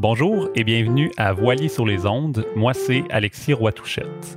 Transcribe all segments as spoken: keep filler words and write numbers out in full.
Bonjour et bienvenue à Voilier sur les ondes. Moi, c'est Alexis Roy-Touchette.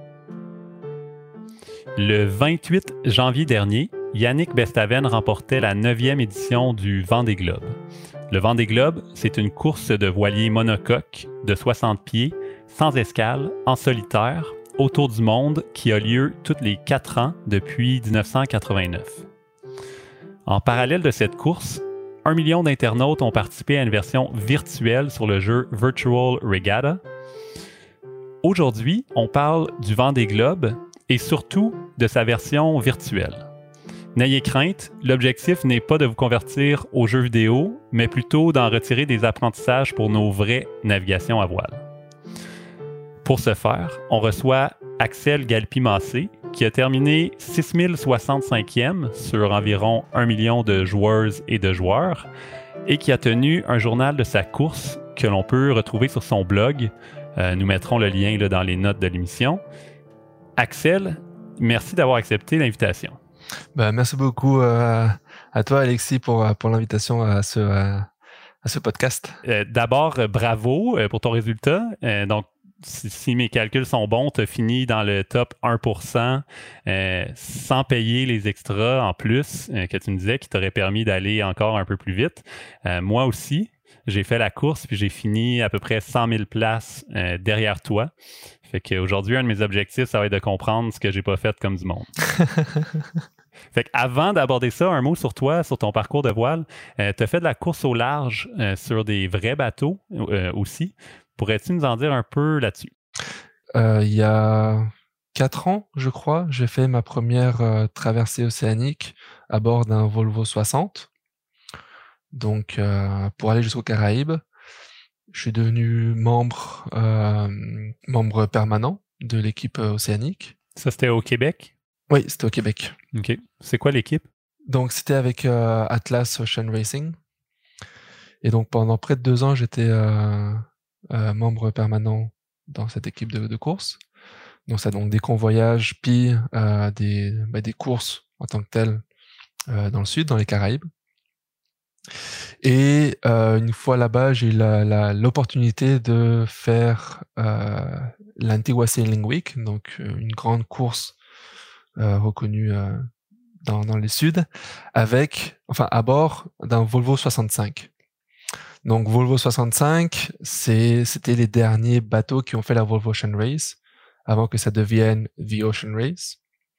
Le vingt-huit janvier dernier, Yannick Bestaven remportait la neuvième édition du Vendée Globe. Le Vendée Globe, c'est une course de voilier monocoque de soixante pieds, sans escale, en solitaire, autour du monde, qui a lieu tous les quatre ans depuis dix-neuf cent quatre-vingt-neuf. En parallèle de cette course, un million d'internautes ont participé à une version virtuelle sur le jeu Virtual Regatta. Aujourd'hui, on parle du Vendée Globe et surtout de sa version virtuelle. N'ayez crainte, l'objectif n'est pas de vous convertir aux jeux vidéo, mais plutôt d'en retirer des apprentissages pour nos vraies navigations à voile. Pour ce faire, on reçoit Axel Galpi-Massé, qui a terminé six mille soixante-cinquième sur environ un million de joueuses et de joueurs, et qui a tenu un journal de sa course que l'on peut retrouver sur son blog. Euh, nous mettrons le lien là, dans les notes de l'émission. Axel, merci d'avoir accepté l'invitation. Ben, merci beaucoup euh, à toi, Alexis, pour, pour l'invitation à ce, à ce podcast. Euh, d'abord, bravo euh, pour ton résultat. Euh, donc, si, si mes calculs sont bons, tu as fini dans le top un pour cent euh, sans payer les extras en plus euh, que tu me disais qui t'auraient permis d'aller encore un peu plus vite. Euh, moi aussi, j'ai fait la course puis j'ai fini à peu près cent mille places euh, derrière toi. Fait qu'aujourd'hui, un de mes objectifs, ça va être de comprendre ce que j'ai pas fait comme du monde. Fait qu'avant d'aborder ça, un mot sur toi, sur ton parcours de voile. Euh, tu as fait de la course au large euh, sur des vrais bateaux euh, aussi. Pourrais-tu nous en dire un peu là-dessus? Euh, il y a quatre ans, je crois, j'ai fait ma première euh, traversée océanique à bord d'un Volvo soixante. Donc, euh, pour aller jusqu'aux Caraïbes. Je suis devenu membre, euh, membre permanent de l'équipe océanique. Ça, c'était au Québec? Oui, c'était au Québec. OK. C'est quoi l'équipe? Donc, c'était avec euh, Atlas Ocean Racing. Et donc, pendant près de deux ans, j'étais euh, euh, membre permanent dans cette équipe de, de course. Donc, ça donc des convoyages, puis euh, des, bah, des courses en tant que telles euh, dans le sud, dans les Caraïbes. Et euh, une fois là-bas, j'ai eu la, la, l'opportunité de faire euh, l'Antigua Sailing Week, donc euh, une grande course euh, reconnue euh, dans, dans les Suds, avec, enfin, à bord d'un Volvo soixante-cinq. Donc Volvo soixante-cinq, c'est, c'était les derniers bateaux qui ont fait la Volvo Ocean Race, avant que ça devienne The Ocean Race.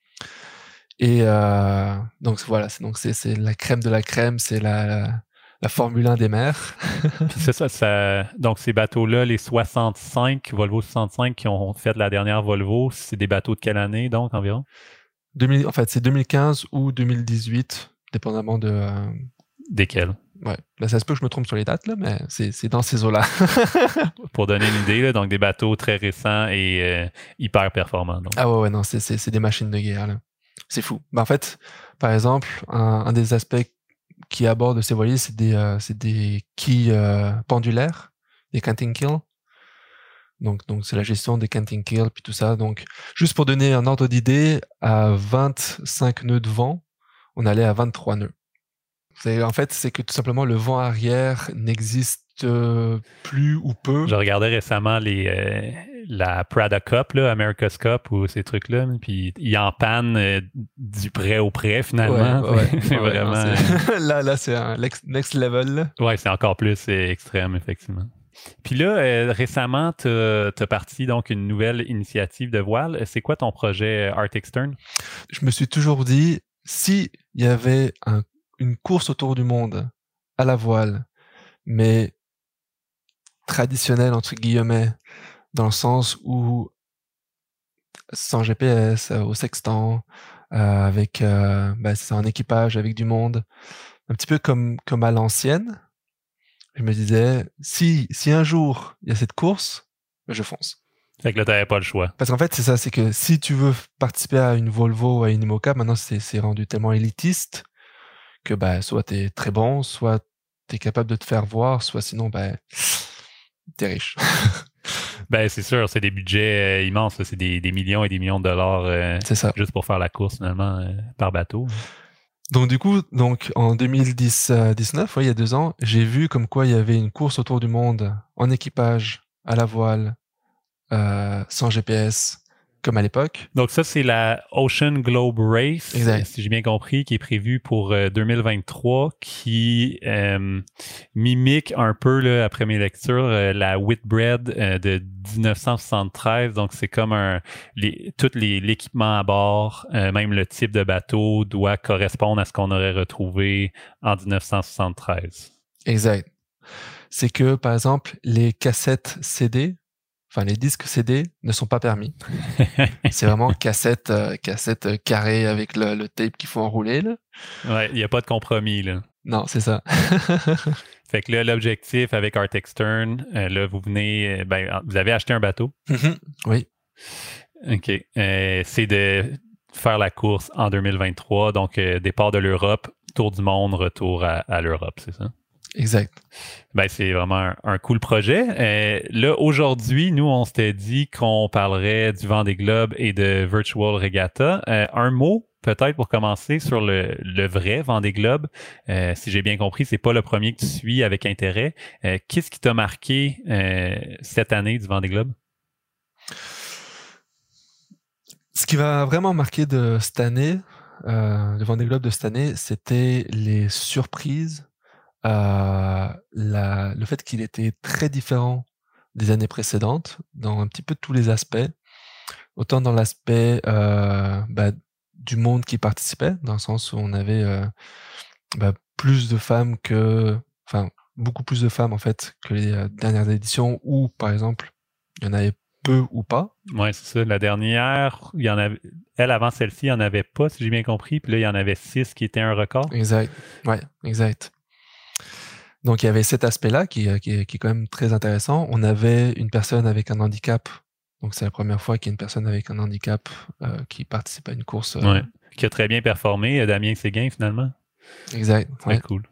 Et euh, donc voilà, c'est, donc c'est, c'est la crème de la crème, c'est la, la, la Formule un des mers. Puis c'est ça, ça, donc ces bateaux-là, les soixante-cinq, Volvo soixante-cinq qui ont fait la dernière Volvo, c'est des bateaux de quelle année donc environ? deux mille, en fait, c'est deux mille quinze ou deux mille dix-huit, dépendamment de... Euh... Desquels? Ouais, là ça se peut que je me trompe sur les dates, là, mais c'est, c'est dans ces eaux-là. Pour donner une idée, là, donc des bateaux très récents et euh, hyper performants. Donc. Ah ouais, ouais, non, c'est, c'est, c'est des machines de guerre, là. C'est fou. Ben, en fait, par exemple, un, un des aspects qui aborde ces voiliers, c'est des, euh, c'est des quilles euh, pendulaires, des canting kills. Donc, donc c'est la gestion des canting kills puis tout ça. Donc, juste pour donner un ordre d'idée, à vingt-cinq nœuds de vent, on allait à vingt-trois nœuds. C'est, en fait, c'est que tout simplement le vent arrière n'existe plus ou peu. Je regardais récemment les euh, la Prada Cup, là, America's Cup ou ces trucs-là, puis ils en pannent euh, du près au près finalement. Ouais, ouais, c'est ouais, vraiment. Non, c'est... là, là, c'est un next level. Là. Ouais, c'est encore plus euh, extrême effectivement. Puis là, euh, récemment, tu as parti donc une nouvelle initiative de voile. C'est quoi ton projet Arctic Stern? Je me suis toujours dit, si il y avait un, une course autour du monde à la voile, mais traditionnelle entre guillemets, dans le sens où sans G P S, euh, au sextant, euh, avec euh, bah, c'est un équipage avec du monde, un petit peu comme comme à l'ancienne. Je me disais, si si un jour il y a cette course, je fonce. Fait que là, t'avais pas le choix. Parce qu'en fait, c'est ça, c'est que si tu veux participer à une Volvo ou à une IMOCA, maintenant c'est c'est rendu tellement élitiste que bah soit t'es très bon, soit t'es capable de te faire voir, soit sinon bah t'es riche. Ben c'est sûr, c'est des budgets euh, immenses, là. C'est des, des millions et des millions de dollars euh, c'est ça. Juste pour faire la course finalement euh, par bateau. Donc du coup, donc en deux mille dix-neuf, ouais, il y a deux ans, j'ai vu comme quoi il y avait une course autour du monde en équipage, à la voile, euh, sans G P S, comme à l'époque. Donc ça, c'est la Ocean Globe Race, Exact. si j'ai bien compris, qui est prévue pour euh, deux mille vingt-trois, qui euh, mimique un peu, là, après mes lectures, euh, la Whitbread euh, de dix-neuf cent soixante-treize. Donc c'est comme un les, tout les, l'équipement à bord, euh, même le type de bateau doit correspondre à ce qu'on aurait retrouvé en dix-neuf cent soixante-treize. Exact. C'est que, par exemple, les cassettes C D, enfin les disques C D ne sont pas permis. C'est vraiment cassette, euh, cassette euh, carrée avec le, le tape qu'il faut enrouler, là. Ouais, il n'y a pas de compromis, là. Non, c'est ça. Fait que là, l'objectif avec Arctic Stern, euh, là, vous venez, euh, ben, vous avez acheté un bateau. Mm-hmm. Oui. OK. Euh, c'est de faire la course en deux mille vingt-trois, donc euh, départ de l'Europe, tour du monde, retour à, à l'Europe, c'est ça? Exact. Ben, c'est vraiment un, un cool projet. Euh, là, aujourd'hui, nous, on s'était dit qu'on parlerait du Vendée Globe et de Virtual Regatta. Euh, un mot, peut-être, pour commencer, sur le, le vrai Vendée Globe. Euh, si j'ai bien compris, c'est pas le premier que tu suis avec intérêt. Euh, qu'est-ce qui t'a marqué euh, cette année du Vendée Globe? Ce qui va vraiment marquer de cette année, euh, le Vendée Globe de cette année, c'était les surprises. Euh, la, le fait qu'il était très différent des années précédentes dans un petit peu tous les aspects, autant dans l'aspect euh, bah, du monde qui participait, dans le sens où on avait euh, bah, plus de femmes que, enfin beaucoup plus de femmes en fait que les euh, dernières éditions où par exemple il y en avait peu ou pas. Oui, c'est ça. La dernière, il y en avait, elle avant celle-ci, il n'y en avait pas, si j'ai bien compris. Puis là, il y en avait six qui étaient un record. Exact. Ouais, exact. Donc il y avait cet aspect-là qui, qui, qui est quand même très intéressant. On avait une personne avec un handicap. Donc c'est la première fois qu'il y a une personne avec un handicap euh, qui participe à une course. Euh... Ouais. Qui a très bien performé, Damien Séguin finalement. Exact. Très ouais. cool.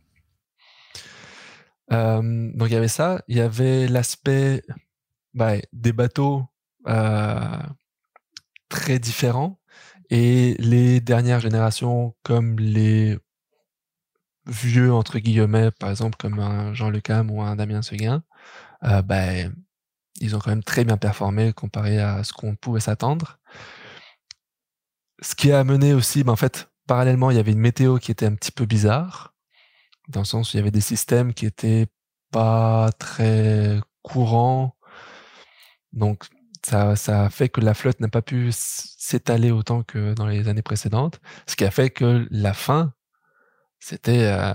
Euh, donc il y avait ça. Il y avait l'aspect bah, des bateaux euh, très différents. Et les dernières générations, comme les vieux, entre guillemets, par exemple, comme un Jean Le Cam ou un Damien Séguin, euh, ben, ils ont quand même très bien performé comparé à ce qu'on pouvait s'attendre. Ce qui a amené aussi, ben, en fait, parallèlement, il y avait une météo qui était un petit peu bizarre, dans le sens où il y avait des systèmes qui étaient pas très courants. Donc, ça, ça a fait que la flotte n'a pas pu s'étaler autant que dans les années précédentes, ce qui a fait que la fin, c'était... Euh...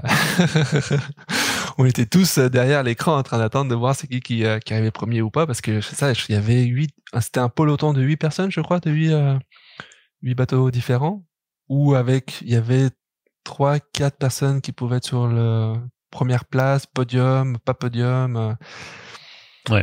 on était tous derrière l'écran en train d'attendre de voir c'est qui qui, euh, qui arrivait premier ou pas, parce que ça, il y avait huit, c'était un peloton de huit personnes, je crois, de huit, euh, huit bateaux différents, où avec, il y avait trois, quatre personnes qui pouvaient être sur le première place, podium, pas podium. Euh... Ouais.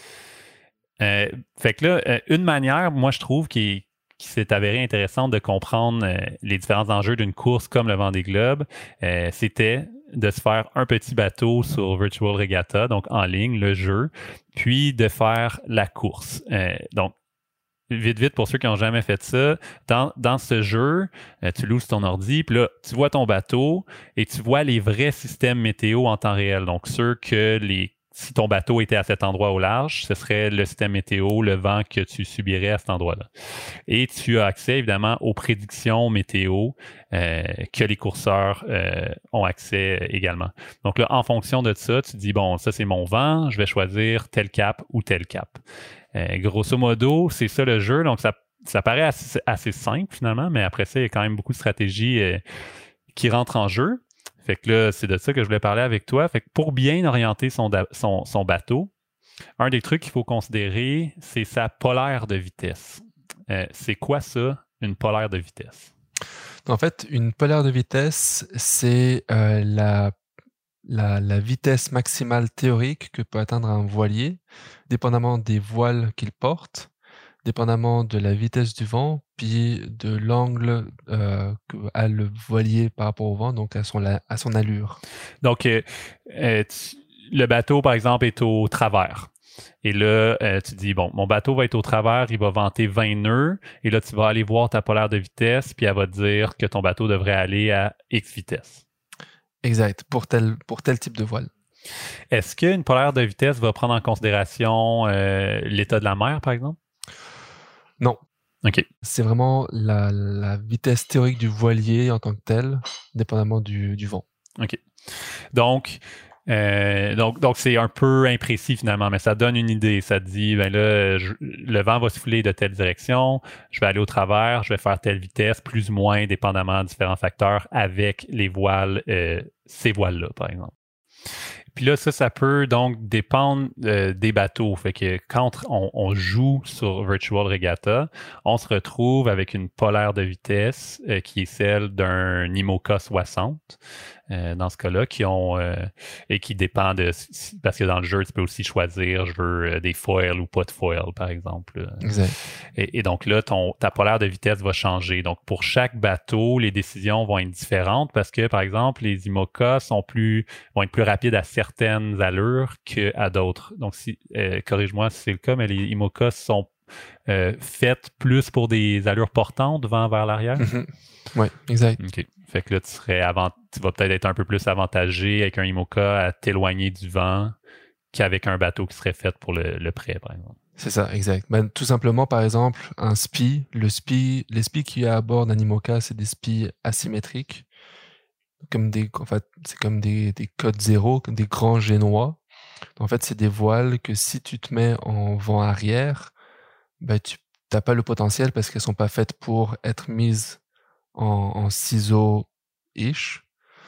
Euh, fait que là, une manière, moi, je trouve, qui, qui s'est avérée intéressante de comprendre euh, les différents enjeux d'une course comme le Vendée Globe, euh, c'était de se faire un petit bateau sur Virtual Regatta, donc en ligne, le jeu, puis de faire la course. Euh, donc, vite, vite, pour ceux qui n'ont jamais fait ça, dans, dans ce jeu, euh, tu loues ton ordi, puis là, tu vois ton bateau et tu vois les vrais systèmes météo en temps réel. Donc, ceux que les si ton bateau était à cet endroit au large, ce serait le système météo, le vent que tu subirais à cet endroit-là. Et tu as accès, évidemment, aux prédictions météo euh, que les courseurs euh, ont accès également. Donc là, en fonction de ça, tu dis, bon, ça, c'est mon vent, je vais choisir tel cap ou tel cap. Euh, grosso modo, c'est ça le jeu. Donc, ça, ça paraît assez, assez simple, finalement, mais après ça, il y a quand même beaucoup de stratégies euh, qui rentrent en jeu. Fait que là, c'est de ça que je voulais parler avec toi. Fait que pour bien orienter son, son, son bateau, un des trucs qu'il faut considérer, c'est sa polaire de vitesse. Euh, c'est quoi ça, une polaire de vitesse? En fait, une polaire de vitesse, c'est euh, la, la, la vitesse maximale théorique que peut atteindre un voilier, dépendamment des voiles qu'il porte, dépendamment de la vitesse du vent, puis de l'angle euh, qu'a le voilier par rapport au vent, donc à son, à son allure. Donc, euh, euh, tu, le bateau, par exemple, est au travers. Et là, euh, tu dis, bon, mon bateau va être au travers, il va vanter vingt nœuds. Et là, tu vas aller voir ta polaire de vitesse, puis elle va te dire que ton bateau devrait aller à X vitesse. Exact, pour tel, pour tel type de voile. Est-ce qu'une polaire de vitesse va prendre en considération euh, l'état de la mer, par exemple? Non. OK. C'est vraiment la, la vitesse théorique du voilier en tant que tel, dépendamment du, du vent. OK. Donc, euh, donc, donc c'est un peu imprécis finalement, mais ça donne une idée. Ça te dit, ben là, je, le vent va souffler de telle direction, je vais aller au travers, je vais faire telle vitesse, plus ou moins, dépendamment de différents facteurs, avec les voiles, euh, ces voiles-là, par exemple. Puis là, ça, ça peut donc dépendre euh, des bateaux. Fait que quand on, on joue sur Virtual Regatta, on se retrouve avec une polaire de vitesse euh, qui est celle d'un IMOCA soixante. Euh, dans ce cas-là, qui ont euh, et qui dépend de parce que dans le jeu, tu peux aussi choisir je veux euh, des foils ou pas de foils, par exemple. Exact. Et, et donc là, ton, ta polaire de vitesse va changer. Donc, pour chaque bateau, les décisions vont être différentes parce que, par exemple, les IMOCA sont plus vont être plus rapides à certaines allures qu'à d'autres. Donc, si euh, corrige-moi si c'est le cas, mais les IMOCA sont euh, faites plus pour des allures portantes vent vers l'arrière. Mm-hmm. Oui, exact. OK. Fait que là, tu serais avant... tu vas peut-être être un peu plus avantagé avec un IMOCA à t'éloigner du vent qu'avec un bateau qui serait fait pour le, le près, par exemple. C'est ça, exact. Ben, tout simplement, par exemple, un S P I, le S P I, les S P I qu'il y a à bord d'un IMOCA, c'est des S P I asymétriques, comme des, en fait, c'est comme des, des codes zéro, comme des grands génois. En fait, c'est des voiles que si tu te mets en vent arrière, ben, tu n'as pas le potentiel parce qu'elles sont pas faites pour être mises en, en ciseaux-ish.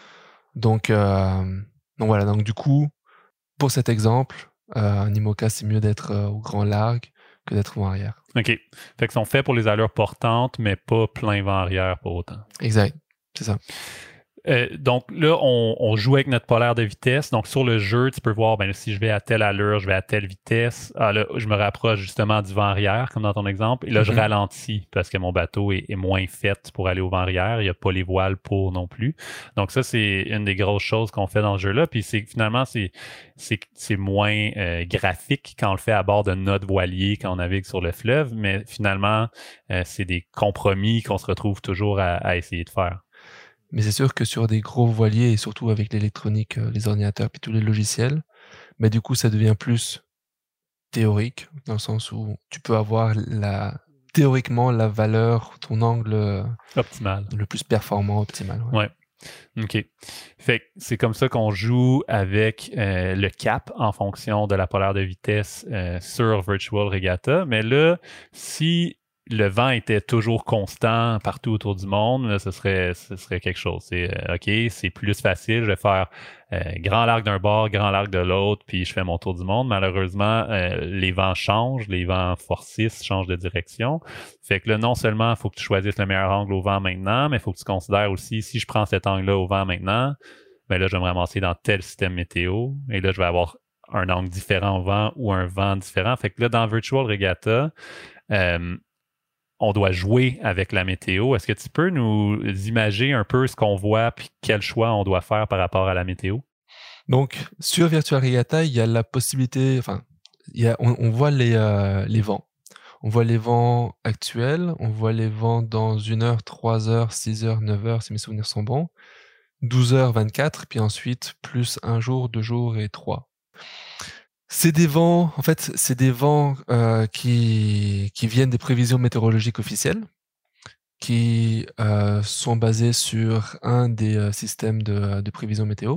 Donc, euh, donc voilà, donc du coup, pour cet exemple, euh, un IMOCA, c'est mieux d'être euh, au grand largue que d'être vent arrière. OK. Fait qu'ils sont faits pour les allures portantes, mais pas plein vent arrière pour autant. Exact, c'est ça. Euh, donc là, on, on joue avec notre polaire de vitesse. Donc sur le jeu, tu peux voir, ben là, si je vais à telle allure, je vais à telle vitesse. Ah là, je me rapproche justement du vent arrière, comme dans ton exemple. Et là, je Mhm. ralentis parce que mon bateau est, est moins fait pour aller au vent arrière. Il n'y a pas les voiles pour non plus. Donc ça, c'est une des grosses choses qu'on fait dans ce jeu-là. Puis c'est finalement, c'est c'est c'est moins euh, graphique quand on le fait à bord de notre voilier quand on navigue sur le fleuve. Mais finalement, euh, c'est des compromis qu'on se retrouve toujours à, à essayer de faire. Mais c'est sûr que sur des gros voiliers, et surtout avec l'électronique, euh, les ordinateurs, puis tous les logiciels, mais du coup, ça devient plus théorique, dans le sens où tu peux avoir la, théoriquement la valeur, ton angle euh, Optimal. le plus performant, optimal. Ouais. Ouais. OK. Fait que c'est comme ça qu'on joue avec euh, le cap en fonction de la polaire de vitesse euh, sur Virtual Regatta. Mais là, si le vent était toujours constant partout autour du monde, là, ce serait, ce serait quelque chose. C'est euh, OK, c'est plus facile. Je vais faire euh, grand largue d'un bord, grand largue de l'autre, puis je fais mon tour du monde. Malheureusement, euh, les vents changent, les vents forcissent, changent de direction. Fait que là, non seulement il faut que tu choisisses le meilleur angle au vent maintenant, mais il faut que tu considères aussi, si je prends cet angle-là au vent maintenant, ben là, je vais me ramasser dans tel système météo, et là, je vais avoir un angle différent au vent ou un vent différent. Fait que là, dans Virtual Regatta, euh, on doit jouer avec la météo. Est-ce que tu peux nous imager un peu ce qu'on voit puis quel choix on doit faire par rapport à la météo? Donc, sur Virtual Regatta, il y a la possibilité, enfin, il y a, on, on voit les, euh, les vents. On voit les vents actuels, on voit les vents dans une heure, trois heures, six heures, neuf heures, si mes souvenirs sont bons, douze heures, vingt-quatre, puis ensuite plus un jour, deux jours et trois. C'est des vents, en fait, c'est des vents euh, qui, qui viennent des prévisions météorologiques officielles, qui euh, sont basés sur un des euh, systèmes de, de prévision météo,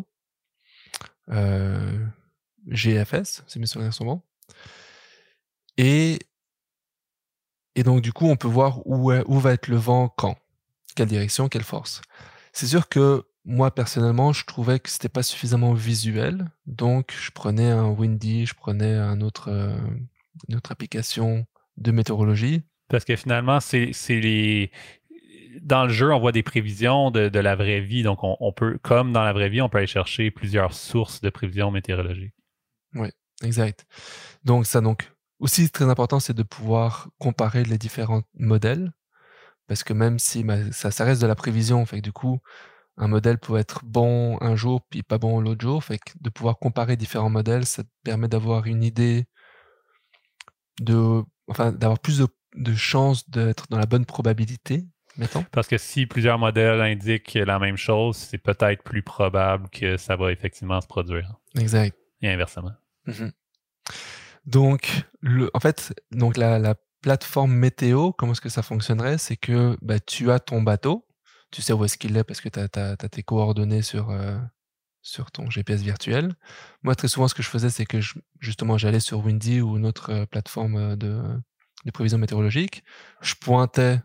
euh, G F S, si mes souvenirs sont bons. Et, et donc, du coup, on peut voir où, est, où va être le vent quand, quelle direction, quelle force. C'est sûr que moi, personnellement, je trouvais que c'était pas suffisamment visuel, donc je prenais un Windy, je prenais un autre, euh, une autre application de météorologie. Parce que finalement, c'est, c'est les... Dans le jeu, on voit des prévisions de, de la vraie vie. Donc, on, on peut, comme dans la vraie vie, on peut aller chercher plusieurs sources de prévisions météorologiques. Oui, exact. Donc, ça, donc, aussi très important, c'est de pouvoir comparer les différents modèles. Parce que même si bah, ça, ça reste de la prévision, fait que du coup, un modèle peut être bon un jour puis pas bon l'autre jour. Fait que de pouvoir comparer différents modèles, ça te permet d'avoir une idée de, enfin, d'avoir plus de, de chances d'être dans la bonne probabilité. mettons. Parce que si plusieurs modèles indiquent la même chose, c'est peut-être plus probable que ça va effectivement se produire. Exact. Et inversement. Mm-hmm. Donc, le, en fait, donc la, la plateforme météo, comment est-ce que ça fonctionnerait? C'est que bah, tu as ton bateau, tu sais où est-ce qu'il est parce que tu as tes coordonnées sur, euh, sur ton G P S virtuel. Moi, très souvent, ce que je faisais, c'est que je, justement, j'allais sur Windy ou une autre euh, plateforme de, de prévision météorologique. Je pointais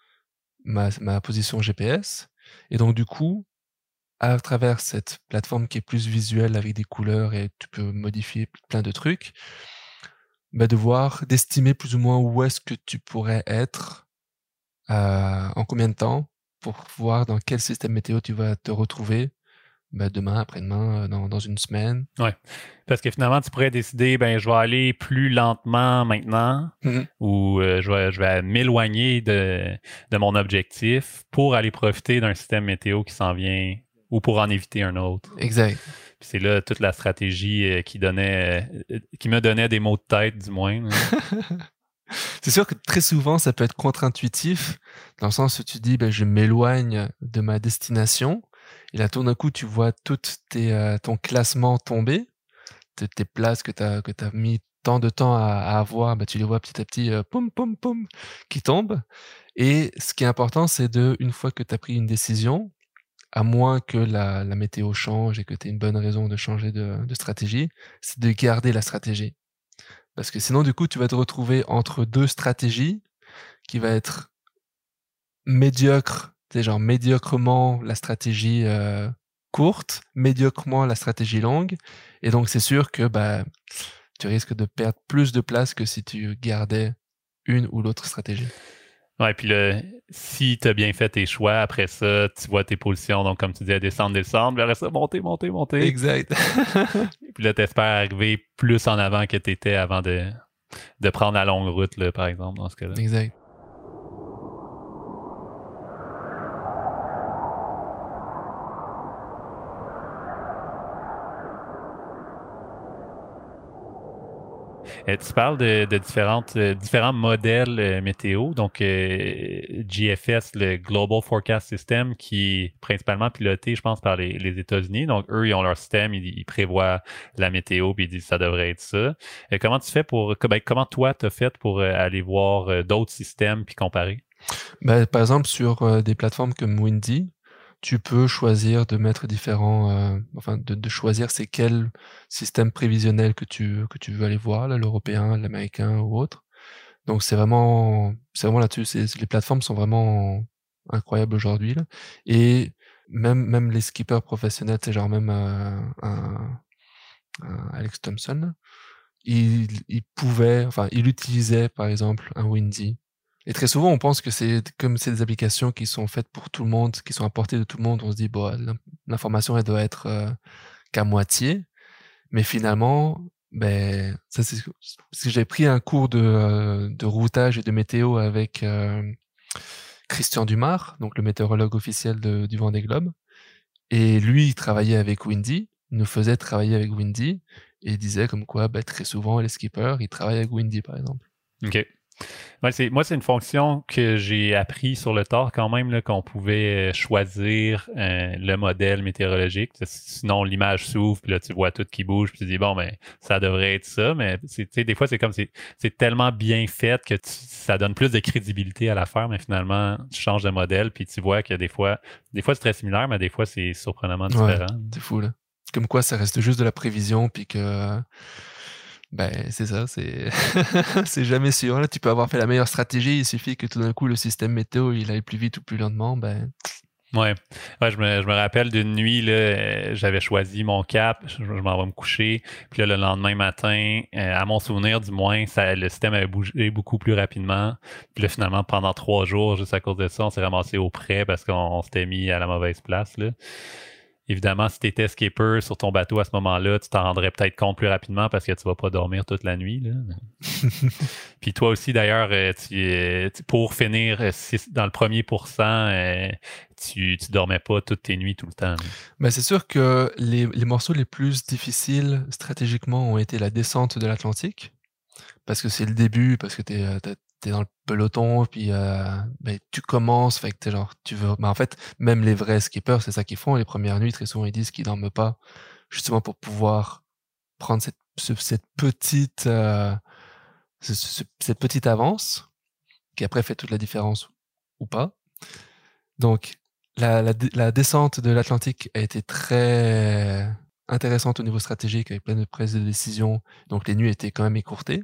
ma, ma position G P S. Et donc, du coup, à travers cette plateforme qui est plus visuelle avec des couleurs et tu peux modifier plein de trucs, bah, de voir, d'estimer plus ou moins où est-ce que tu pourrais être, euh, en combien de temps, pour voir dans quel système météo tu vas te retrouver bah, demain, après-demain, dans, dans une semaine. Oui, parce que finalement, tu pourrais décider, ben je vais aller plus lentement maintenant Mm-hmm. ou euh, je vais, je vais m'éloigner de, de mon objectif pour aller profiter d'un système météo qui s'en vient ou pour en éviter un autre. Exact. Puis c'est là toute la stratégie euh, qui donnait, euh, qui me donnait des mots de tête, du moins. C'est sûr que très souvent, ça peut être contre-intuitif, dans le sens où tu dis, ben, je m'éloigne de ma destination, et là, tout d'un coup, tu vois tout tes, euh, ton classement tomber, tes, tes places que tu as que t'as mis tant de temps à, à avoir, ben, tu les vois petit à petit, euh, poum, poum, poum, qui tombent. Et ce qui est important, c'est de, une fois que tu as pris une décision, à moins que la, la météo change et que tu aies une bonne raison de changer de, de stratégie, c'est de garder la stratégie. Parce que sinon, du coup, tu vas te retrouver entre deux stratégies qui va être médiocre, tu sais, genre médiocrement la stratégie euh, courte, médiocrement la stratégie longue. Et donc, c'est sûr que bah, tu risques de perdre plus de place que si tu gardais une ou l'autre stratégie. Ouais, puis là, si tu as bien fait tes choix, après ça, tu vois tes positions, donc comme tu disais, descendre, descendre, puis après ça, monter, monter, monter. Exact. Puis là, tu espères arriver plus en avant que tu étais avant de, de prendre la longue route, là, par exemple, dans ce cas-là. Exact. Euh, tu parles de, de différentes, euh, différents modèles euh, météo, donc euh, G F S, le Global Forecast System, qui est principalement piloté, je pense, par les, les États-Unis. Donc, eux, ils ont leur système, ils, ils prévoient la météo, puis ils disent que ça devrait être ça. Euh, comment tu fais pour, ben, comment toi, tu as fait pour euh, aller voir euh, d'autres systèmes puis comparer? Bah, par exemple, sur euh, des plateformes comme Windy, tu peux choisir de mettre différents, euh, enfin, de, de choisir c'est quel système prévisionnel que tu que tu veux aller voir, là, l'européen, l'américain ou autre. Donc c'est vraiment, c'est vraiment là-dessus. C'est, les plateformes sont vraiment incroyables aujourd'hui là. Et même même les skippers professionnels, c'est genre même euh, un, un Alex Thompson, il il pouvait, enfin, il utilisait par exemple un Windy. Et très souvent, on pense que c'est comme c'est des applications qui sont faites pour tout le monde, qui sont à portée de tout le monde. On se dit, bon, l'information, elle doit être euh, qu'à moitié. Mais finalement, ben, ça c'est parce que j'ai pris un cours de, euh, de routage et de météo avec euh, Christian Dumar, donc le météorologue officiel de, du Vendée Globe. Et lui, il travaillait avec Windy, il nous faisait travailler avec Windy, et il disait comme quoi, ben, très souvent, les skippers, ils travaillent avec Windy, par exemple. OK. Ouais, c'est, moi, c'est une fonction que j'ai appris sur le tard quand même, là, qu'on pouvait choisir euh, le modèle météorologique. Sinon, l'image s'ouvre, puis là, tu vois tout qui bouge, puis tu dis, bon, ben, ça devrait être ça. Mais c'est, des fois, c'est comme c'est, c'est tellement bien fait que tu, ça donne plus de crédibilité à l'affaire, mais finalement, tu changes de modèle, puis tu vois que des fois, des fois, c'est très similaire, mais des fois, c'est surprenamment différent. Ouais, c'est fou, là. Comme quoi, ça reste juste de la prévision, puis que... Ben, c'est ça, c'est c'est jamais sûr. Là, tu peux avoir fait la meilleure stratégie, il suffit que tout d'un coup, le système météo, il aille plus vite ou plus lentement, ben... Ouais, ouais je, me, je me rappelle d'une nuit, là, euh, j'avais choisi mon cap, je, je m'en vais me coucher, puis là, le lendemain matin, euh, à mon souvenir du moins, ça, le système avait bougé beaucoup plus rapidement. Puis là, finalement, pendant trois jours, juste à cause de ça, on s'est ramassé au près parce qu'on on s'était mis à la mauvaise place, là. Évidemment, si tu étais skipper sur ton bateau à ce moment-là, tu t'en rendrais peut-être compte plus rapidement parce que tu vas pas dormir toute la nuit. Là. Puis toi aussi, d'ailleurs, tu, tu, pour finir dans le premier pourcent, tu, tu dormais pas toutes tes nuits tout le temps. Ben, c'est sûr que les, les morceaux les plus difficiles stratégiquement ont été la descente de l'Atlantique. Parce que c'est le début, parce que t'es, t'as, t'es dans le peloton, puis euh, ben, tu commences, fait que t'es genre, tu veux. Mais en fait, même les vrais skippers, c'est ça qu'ils font. Les premières nuits, très souvent, ils disent qu'ils dorment pas, justement pour pouvoir prendre cette, ce, cette petite, euh, ce, ce, cette petite avance, qui après fait toute la différence ou pas. Donc, la, la, la descente de l'Atlantique a été très intéressante au niveau stratégique, avec plein de prises de décision. Donc, les nuits étaient quand même écourtées.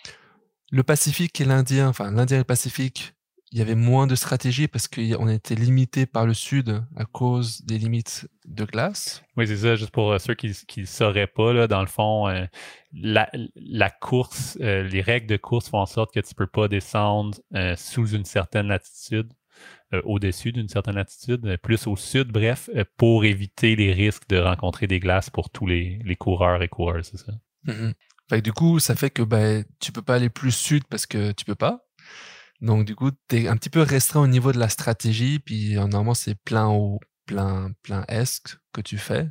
Le Pacifique et l'Indien, enfin l'Indien et le Pacifique, il y avait moins de stratégie parce qu'on était limité par le sud à cause des limites de glace. Oui, c'est ça. Juste pour euh, ceux qui ne sauraient pas, là, dans le fond, euh, la, la course, euh, les règles de course font en sorte que tu peux pas descendre euh, sous une certaine latitude, euh, au-dessus d'une certaine latitude, euh, plus au sud, bref, euh, pour éviter les risques de rencontrer des glaces pour tous les, les coureurs et coureurs, c'est ça? Mm-hmm. Fait que du coup, ça fait que ben, tu peux pas aller plus sud parce que tu peux pas. Donc du coup, t'es un petit peu restreint au niveau de la stratégie, puis normalement c'est plein haut, plein, plein est que tu fais.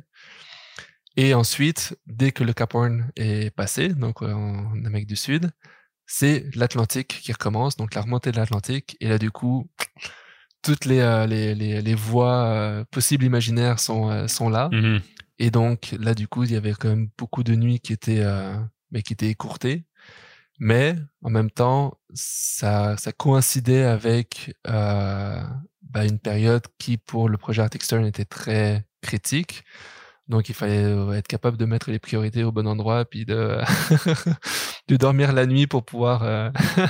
Et ensuite, dès que le Cap Horn est passé, donc en Amérique du Sud, c'est l'Atlantique qui recommence, donc la remontée de l'Atlantique. Et là du coup, toutes les euh, les, les les voies euh, possibles imaginaires sont euh, sont là. Mm-hmm. Et donc là du coup, il y avait quand même beaucoup de nuits qui étaient euh, mais qui étaient écourtées. Mais en même temps, ça, ça coïncidait avec euh, bah, une période qui, pour le projet Arctic Stern, était très critique. Donc, il fallait être capable de mettre les priorités au bon endroit, puis de, de dormir la nuit pour pouvoir euh,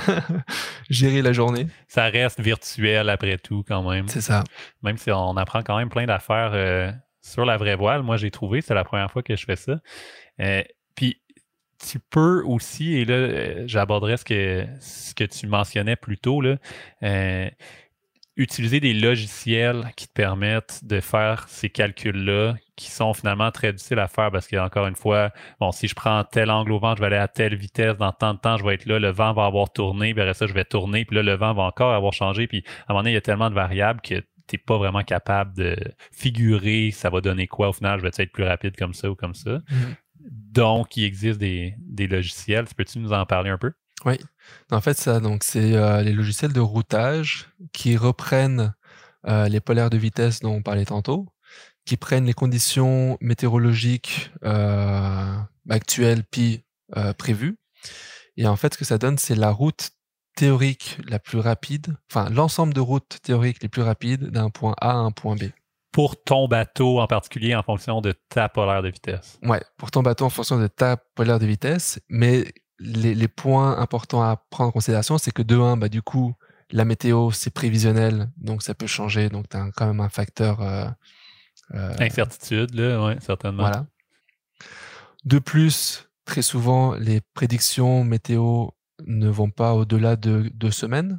gérer la journée. Ça reste virtuel après tout, quand même. C'est ça. Même si on apprend quand même plein d'affaires euh, sur la vraie voile. Moi, j'ai trouvé, c'est la première fois que je fais ça. Euh, puis, tu peux aussi, et là, euh, j'aborderai ce que, ce que tu mentionnais plus tôt, là, euh, utiliser des logiciels qui te permettent de faire ces calculs-là qui sont finalement très difficiles à faire parce qu'encore une fois, bon, si je prends tel angle au vent, je vais aller à telle vitesse, dans tant de temps, je vais être là, le vent va avoir tourné, puis après ça, je vais tourner, puis là, le vent va encore avoir changé, puis à un moment donné, il y a tellement de variables que t'es pas vraiment capable de figurer ça va donner quoi au final, je vais être plus rapide comme ça ou comme ça. Mm-hmm. Donc, il existe des, des logiciels. Peux-tu nous en parler un peu? Oui. En fait, ça, donc, c'est euh, les logiciels de routage qui reprennent euh, les polaires de vitesse dont on parlait tantôt, qui prennent les conditions météorologiques euh, actuelles puis euh, prévues. Et en fait, ce que ça donne, c'est la route théorique la plus rapide, enfin, l'ensemble de routes théoriques les plus rapides d'un point A à un point B. Pour ton bateau en particulier en fonction de ta polaire de vitesse. Ouais, pour ton bateau en fonction de ta polaire de vitesse, mais les, les points importants à prendre en considération, c'est que de un, bah, du coup, la météo, c'est prévisionnel, donc ça peut changer, donc tu as quand même un facteur... Euh, euh, Incertitude, là, ouais, certainement. Voilà. De plus, très souvent, les prédictions météo ne vont pas au-delà de deux semaines.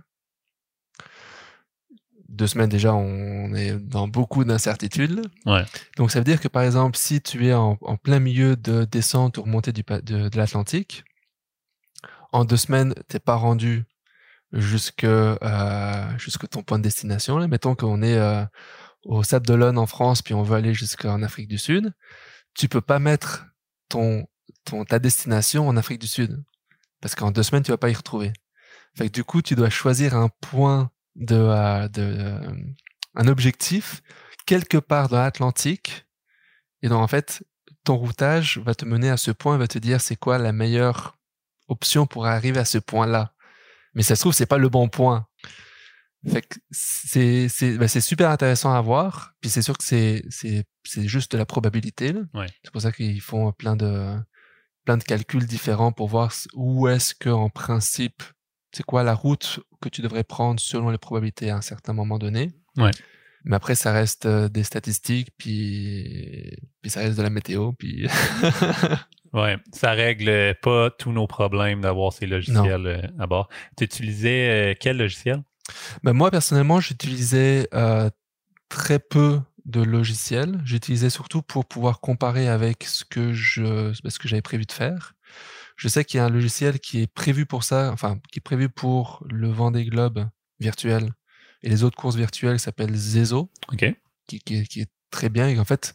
Deux semaines déjà, on est dans beaucoup d'incertitudes. Ouais. Donc ça veut dire que par exemple, si tu es en, en plein milieu de descente ou remontée du, de, de l'Atlantique, en deux semaines, t'es pas rendu jusque euh, jusque ton point de destination. Là. Mettons qu'on est euh, au Sable d'Olonne en France, puis on veut aller jusqu'en Afrique du Sud. Tu peux pas mettre ton, ton ta destination en Afrique du Sud parce qu'en deux semaines, tu vas pas y retrouver. Fait que du coup, tu dois choisir un point de, euh, de euh, un objectif quelque part dans l'Atlantique, et donc en fait ton routage va te mener à ce point, va te dire c'est quoi la meilleure option pour arriver à ce point-là, mais ça se trouve c'est pas le bon point. Fait que c'est c'est bah, c'est super intéressant à voir, puis c'est sûr que c'est c'est c'est juste de la probabilité là. Ouais. C'est pour ça qu'ils font plein de plein de calculs différents pour voir où est-ce que en principe c'est quoi la route que tu devrais prendre selon les probabilités à un certain moment donné. Ouais. Mais après, ça reste euh, des statistiques, puis, puis ça reste de la météo, puis... Ouais, ça règle pas tous nos problèmes d'avoir ces logiciels euh, à bord. Tu utilisais euh, quel logiciel? Ben moi, personnellement, j'utilisais euh, très peu de logiciels. J'utilisais surtout pour pouvoir comparer avec ce que je, ce que j'avais prévu de faire. Je sais qu'il y a un logiciel qui est prévu pour ça, enfin, qui est prévu pour le Vendée Globe virtuel et les autres courses virtuelles, qui s'appelle Zezo, okay. qui, qui, qui est très bien. Et en fait,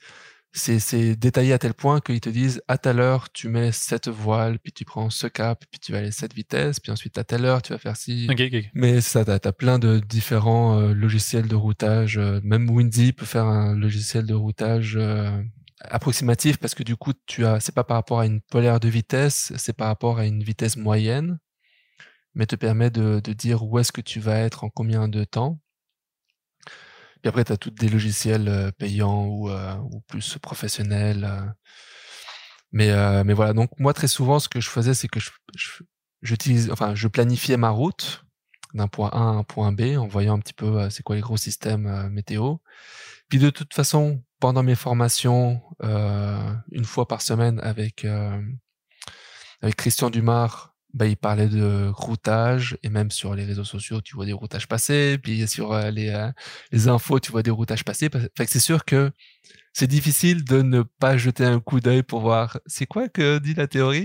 c'est, c'est détaillé à tel point qu'ils te disent à telle heure tu mets cette voile, puis tu prends ce cap, puis tu vas aller cette vitesse, puis ensuite à telle heure tu vas faire ci. Ok, ok. Mais ça, t'as, t'as plein de différents euh, logiciels de routage. euh, même Windy peut faire un logiciel de routage euh, approximatif parce que du coup tu as, c'est pas par rapport à une polaire de vitesse, c'est par rapport à une vitesse moyenne, mais te permet de, de dire où est-ce que tu vas être en combien de temps. Puis après, tu as tous des logiciels euh, payants ou, euh, ou plus professionnels. euh. Mais, euh, mais voilà, donc moi, très souvent, ce que je faisais, c'est que je, je, j'utilise, enfin, je planifiais ma route d'un point A à un point B en voyant un petit peu euh, c'est quoi les gros systèmes euh, météo. Puis de toute façon, pendant mes formations, euh, une fois par semaine avec, euh, avec Christian Dumar, bah, il parlait de routage et même sur les réseaux sociaux, tu vois des routages passer, puis sur euh, les, euh, les infos, tu vois des routages passer. Fait que c'est sûr que c'est difficile de ne pas jeter un coup d'œil pour voir c'est quoi que dit la théorie.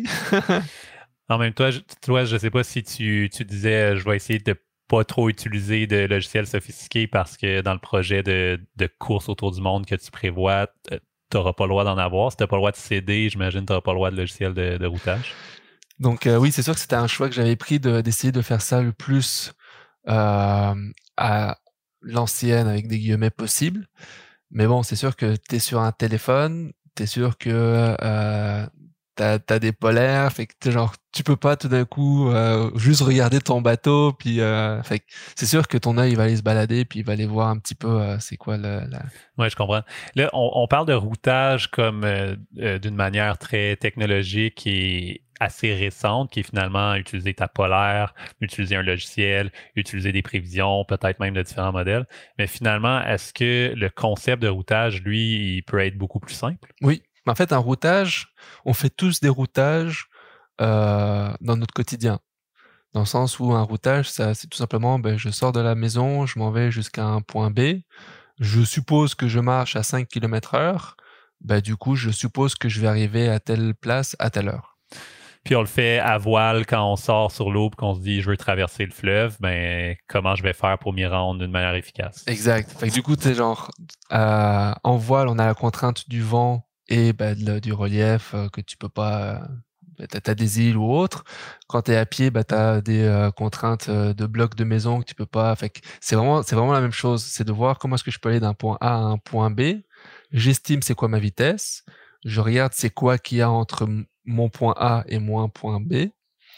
En même temps, je, toi, je sais pas si tu, tu disais je vais essayer de pas trop utiliser de logiciels sophistiqués parce que dans le projet de, de course autour du monde que tu prévois, tu n'auras pas le droit d'en avoir. Si tu n'as pas le droit de céder, j'imagine que tu n'auras pas le droit de logiciel de, de routage. Donc euh, oui, c'est sûr que c'était un choix que j'avais pris de, d'essayer de faire ça le plus euh, à l'ancienne avec des guillemets possible. Mais bon, c'est sûr que t'es sur un téléphone, t'es sûr que euh, t'as, t'as des polaires, fait que t'es genre tu peux pas tout d'un coup euh, juste regarder ton bateau, puis euh, fait que c'est sûr que ton œil il va aller se balader, puis il va aller voir un petit peu euh, c'est quoi le, la... Oui, je comprends. Là, on, on parle de routage comme euh, euh, d'une manière très technologique et assez récente, qui est finalement utiliser ta polaire, utiliser un logiciel, utiliser des prévisions, peut-être même de différents modèles. Mais finalement, est-ce que le concept de routage, lui, il peut être beaucoup plus simple? Oui, en fait, un routage, on fait tous des routages euh, dans notre quotidien. Dans le sens où un routage, ça, c'est tout simplement, ben, je sors de la maison, je m'en vais jusqu'à un point B. Je suppose que je marche à cinq kilomètres heure. Ben, du coup, je suppose que je vais arriver à telle place à telle heure. Puis on le fait à voile quand on sort sur l'eau et qu'on se dit je veux traverser le fleuve, ben comment je vais faire pour m'y rendre d'une manière efficace? Exact. Fait que du coup, t'es genre euh, en voile, on a la contrainte du vent et ben, de, du relief euh, que tu peux pas. Euh, t'as, t'as des îles ou autres. Quand t'es à pied, bah t'as des euh, contraintes euh, de blocs de maison que tu peux pas. Fait que c'est vraiment, c'est vraiment la même chose. C'est de voir comment est-ce que je peux aller d'un point A à un point B. J'estime c'est quoi ma vitesse. Je regarde c'est quoi qu'il y a entre m- mon point A et mon point B.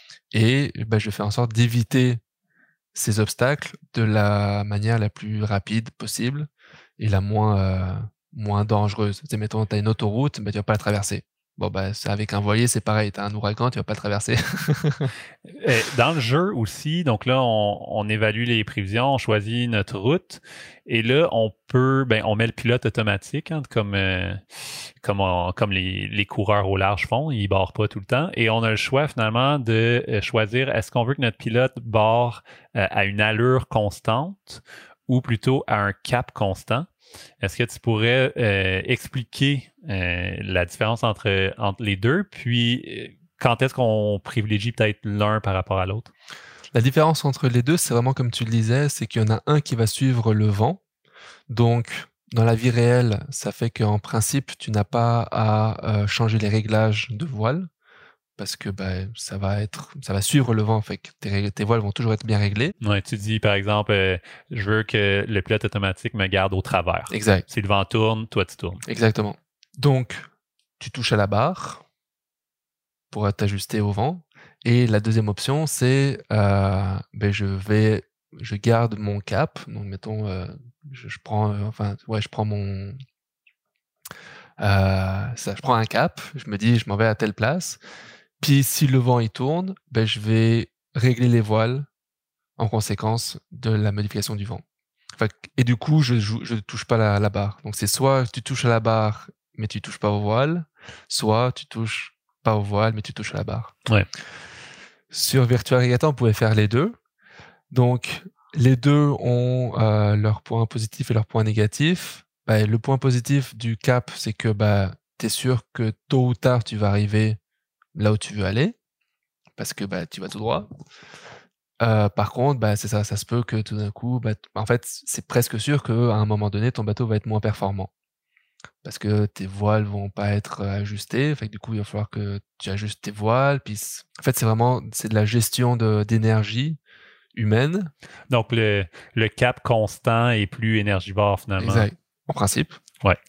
Et ben, je fais en sorte d'éviter ces obstacles de la manière la plus rapide possible et la moins euh, moins dangereuse. Tu sais, mettons, t'as une autoroute, mais tu vas pas la traverser. Bon, bah, c'est avec un voilier, c'est pareil. T'as un ouragan, tu vas pas le traverser. Euh, Dans le jeu aussi, donc là, on, on évalue les prévisions, on choisit notre route, et là, on peut, ben, on met le pilote automatique, hein, comme, euh, comme, on- comme les, les coureurs au large font, ils barrent pas tout le temps, et on a le choix finalement de euh, choisir est-ce qu'on veut que notre pilote barre euh, à une allure constante ou plutôt à un cap constant. Est-ce que tu pourrais euh, expliquer euh, la différence entre, entre les deux, puis euh, quand est-ce qu'on privilégie peut-être l'un par rapport à l'autre? La différence entre les deux, c'est vraiment comme tu le disais, c'est qu'il y en a un qui va suivre le vent. Donc, dans la vie réelle, ça fait qu'en principe, tu n'as pas à euh, changer les réglages de voile parce que bah, ça va être, ça va suivre le vent, fait que tes, rég- tes voiles vont toujours être bien réglées. Ouais, tu dis, par exemple, euh, je veux que le pilote automatique me garde au travers. Exact, Si le vent tourne, toi, tu tournes. exactement. Donc, tu touches à la barre pour t'ajuster au vent. Et la deuxième option, c'est euh, ben je vais, je garde mon cap. Donc, mettons, euh, je, je prends, euh, enfin, ouais, je prends mon, euh, ça, je prends un cap. Je me dis, je m'en vais à telle place. Puis, si le vent il tourne, ben je vais régler les voiles en conséquence de la modification du vent. Enfin, et du coup, je joue, je touche pas la, la barre. Donc, c'est soit tu touches à la barre, mais tu touches pas aux voiles, soit tu touches pas aux voiles, mais tu touches à la barre. Ouais. Sur Virtua Regatta, on pouvait faire les deux. Donc, les deux ont euh, leurs points positifs et leurs points négatifs. Bah, le point positif du cap, c'est que bah, tu es sûr que tôt ou tard, tu vas arriver là où tu veux aller, parce que bah, tu vas tout droit. Euh, par contre, bah, c'est ça, ça se peut que tout d'un coup, bah, t- en fait, c'est presque sûr qu'à un moment donné, ton bateau va être moins performant. parce que tes voiles vont pas être ajustées. Fait que du coup, il va falloir que tu ajustes tes voiles. Puis c- en fait, c'est vraiment c'est de la gestion de d'énergie humaine. Donc, le, le cap constant est plus énergivore finalement. Exact. En principe. Ouais.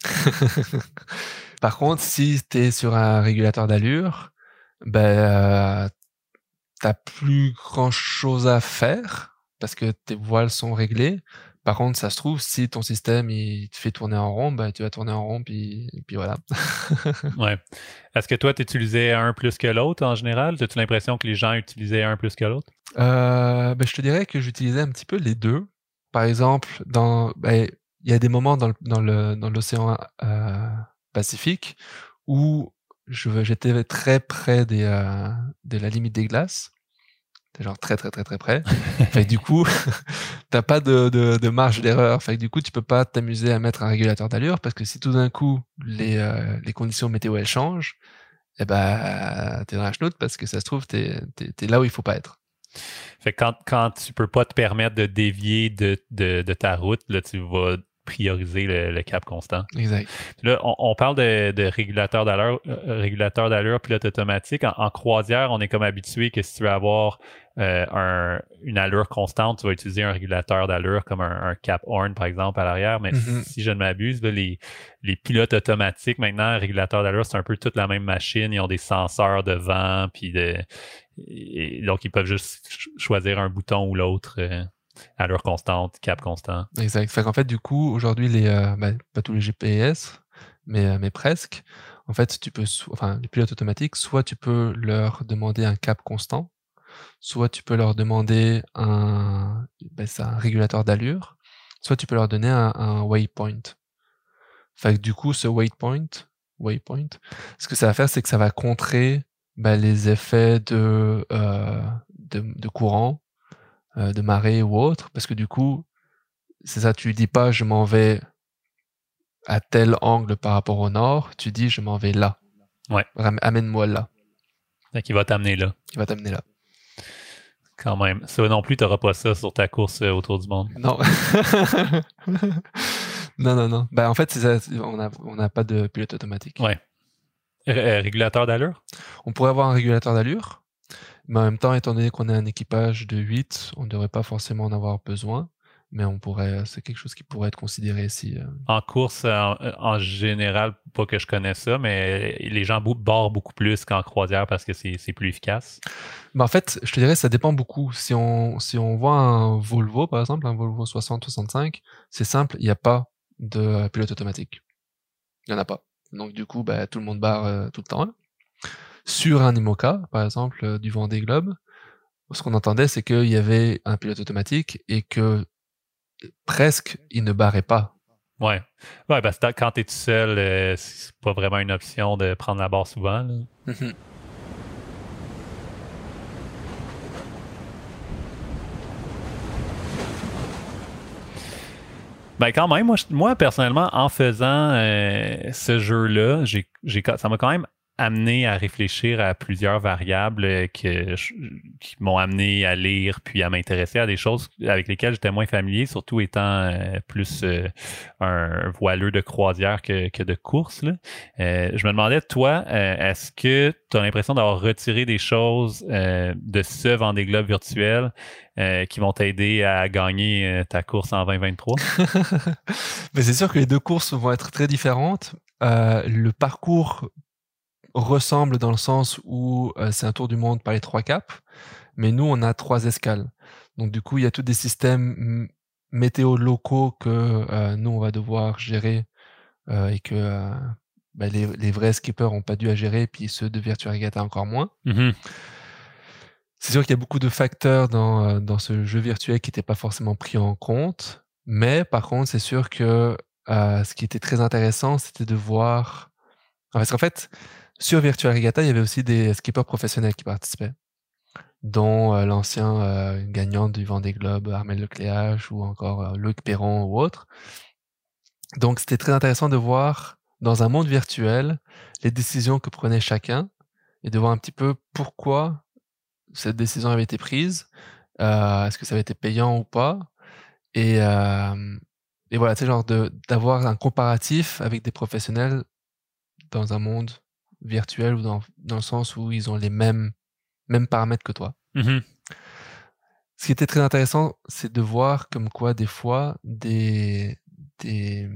Par contre, si tu es sur un régulateur d'allure, ben, euh, t'as plus grand chose à faire parce que tes voiles sont réglées. Par contre, ça se trouve, si ton système il te fait tourner en rond, ben, tu vas tourner en rond, puis, puis voilà. Ouais. Est-ce que toi, tu utilisais un plus que l'autre en général? As-tu l'impression que les gens utilisaient un plus que l'autre? Euh, ben, je te dirais que j'utilisais un petit peu les deux. Par exemple, dans, ben, il y a des moments dans le, dans le, dans l'océan euh, Pacifique où je, j'étais très près des, euh, de la limite des glaces. T'es genre très très très très près. Fait que du coup, t'as pas de, de, de marge d'erreur. Fait que du coup, tu peux pas t'amuser à mettre un régulateur d'allure parce que si tout d'un coup les, euh, les conditions météo elles changent, eh ben t'es dans la chenoute parce que ça se trouve t'es, t'es, t'es là où il faut pas être. Fait que quand, quand tu peux pas te permettre de dévier de, de, de ta route, là, tu vas prioriser le, le cap constant. Exact. Là, on, on parle de, de régulateur d'allure, euh, régulateur d'allure, pilote automatique. En, en croisière, on est comme habitué que si tu veux avoir euh, un, une allure constante, tu vas utiliser un régulateur d'allure comme un, un cap horn, par exemple, à l'arrière. Mais Mm-hmm. si je ne m'abuse, là, les, les pilotes automatiques, maintenant, régulateur d'allure, c'est un peu toute la même machine. Ils ont des senseurs de vent, puis de, et donc ils peuvent juste ch- choisir un bouton ou l'autre. Euh, allure constante, cap constant. Exact. Fait qu'en fait, du coup, aujourd'hui, les, euh, bah, pas tous les G P S, mais, euh, mais presque. En fait, tu peux, so- enfin, les pilotes automatiques, soit tu peux leur demander un cap constant, soit tu peux leur demander un, ben, c'est un régulateur d'allure, soit tu peux leur donner un, un waypoint. Fait que du coup, ce waypoint, waypoint, ce que ça va faire, c'est que ça va contrer ben, les effets de, euh, de, de courant, euh, de marée ou autre, parce que du coup, c'est ça, tu dis pas je m'en vais à tel angle par rapport au nord, tu dis je m'en vais là. Ouais. Ram- Amène-moi là. Donc, il va t'amener là. Il va t'amener là. Quand même. Ça non plus, tu n'auras pas ça sur ta course euh, autour du monde. Non. non, non, non. Bah, en fait, c'est ça, c'est- on n'a on a pas de pilote automatique. Ouais. R- euh, régulateur d'allure? On pourrait avoir un régulateur d'allure, mais en même temps, étant donné qu'on est un équipage de huit, on ne devrait pas forcément en avoir besoin. Mais on pourrait, c'est quelque chose qui pourrait être considéré si. euh, En course, en, en général, pas que je connais ça, mais les gens bou- barrent beaucoup plus qu'en croisière parce que c'est c'est plus efficace. Mais en fait, je te dirais, ça dépend beaucoup. Si on, si on voit un Volvo, par exemple, un Volvo soixante soixante-cinq, c'est simple, il n'y a pas de euh, pilote automatique. Il n'y en a pas. Donc du coup, bah, tout le monde barre euh, tout le temps. Sur un IMOCA, par exemple, euh, du Vendée Globe, ce qu'on entendait, c'est qu'il y avait un pilote automatique et que presque il ne barrait pas. Ouais. Ouais, parce que quand tu es tout seul, euh, c'est pas vraiment une option de prendre la barre souvent, là. Mhm. Ben quand même, moi, je- moi personnellement, en faisant euh, ce jeu-là, j'ai, j'ai, ça m'a quand même amené à réfléchir à plusieurs variables euh, que je- qui m'ont amené à lire puis à m'intéresser à des choses avec lesquelles j'étais moins familier, surtout étant euh, plus euh, un voileux de croisière que, que de course, là. Euh, je me demandais, toi, euh, est-ce que tu as l'impression d'avoir retiré des choses euh, de ce Vendée Globe virtuel euh, qui vont t'aider à gagner euh, ta course en vingt vingt-trois? Mais c'est sûr que les deux courses vont être très différentes. Euh, le parcours ressemble dans le sens où euh, c'est un tour du monde par les trois caps, mais nous on a trois escales. Donc du coup il y a tous des systèmes m- météo locaux que euh, nous on va devoir gérer euh, et que euh, bah, les, les vrais skippers ont pas dû à gérer, puis ceux de Virtua Regatta encore moins. Mhm. C'est sûr qu'il y a beaucoup de facteurs dans, euh, dans ce jeu virtuel qui n'étaient pas forcément pris en compte, mais par contre c'est sûr que euh, ce qui était très intéressant c'était de voir... Parce qu'en fait, sur Virtua Regatta, il y avait aussi des skippers professionnels qui participaient, dont euh, l'ancien euh, gagnant du Vendée Globe, Armel Lecléache, ou encore euh, Loïc Perron ou autre. Donc c'était très intéressant de voir, dans un monde virtuel, les décisions que prenait chacun, et de voir un petit peu pourquoi cette décision avait été prise, euh, est-ce que ça avait été payant ou pas, et, euh, et voilà, tu sais, genre de d'avoir un comparatif avec des professionnels dans un monde virtuel ou dans dans le sens où ils ont les mêmes mêmes paramètres que toi. Mm-hmm. Ce qui était très intéressant, c'est de voir comme quoi des fois des des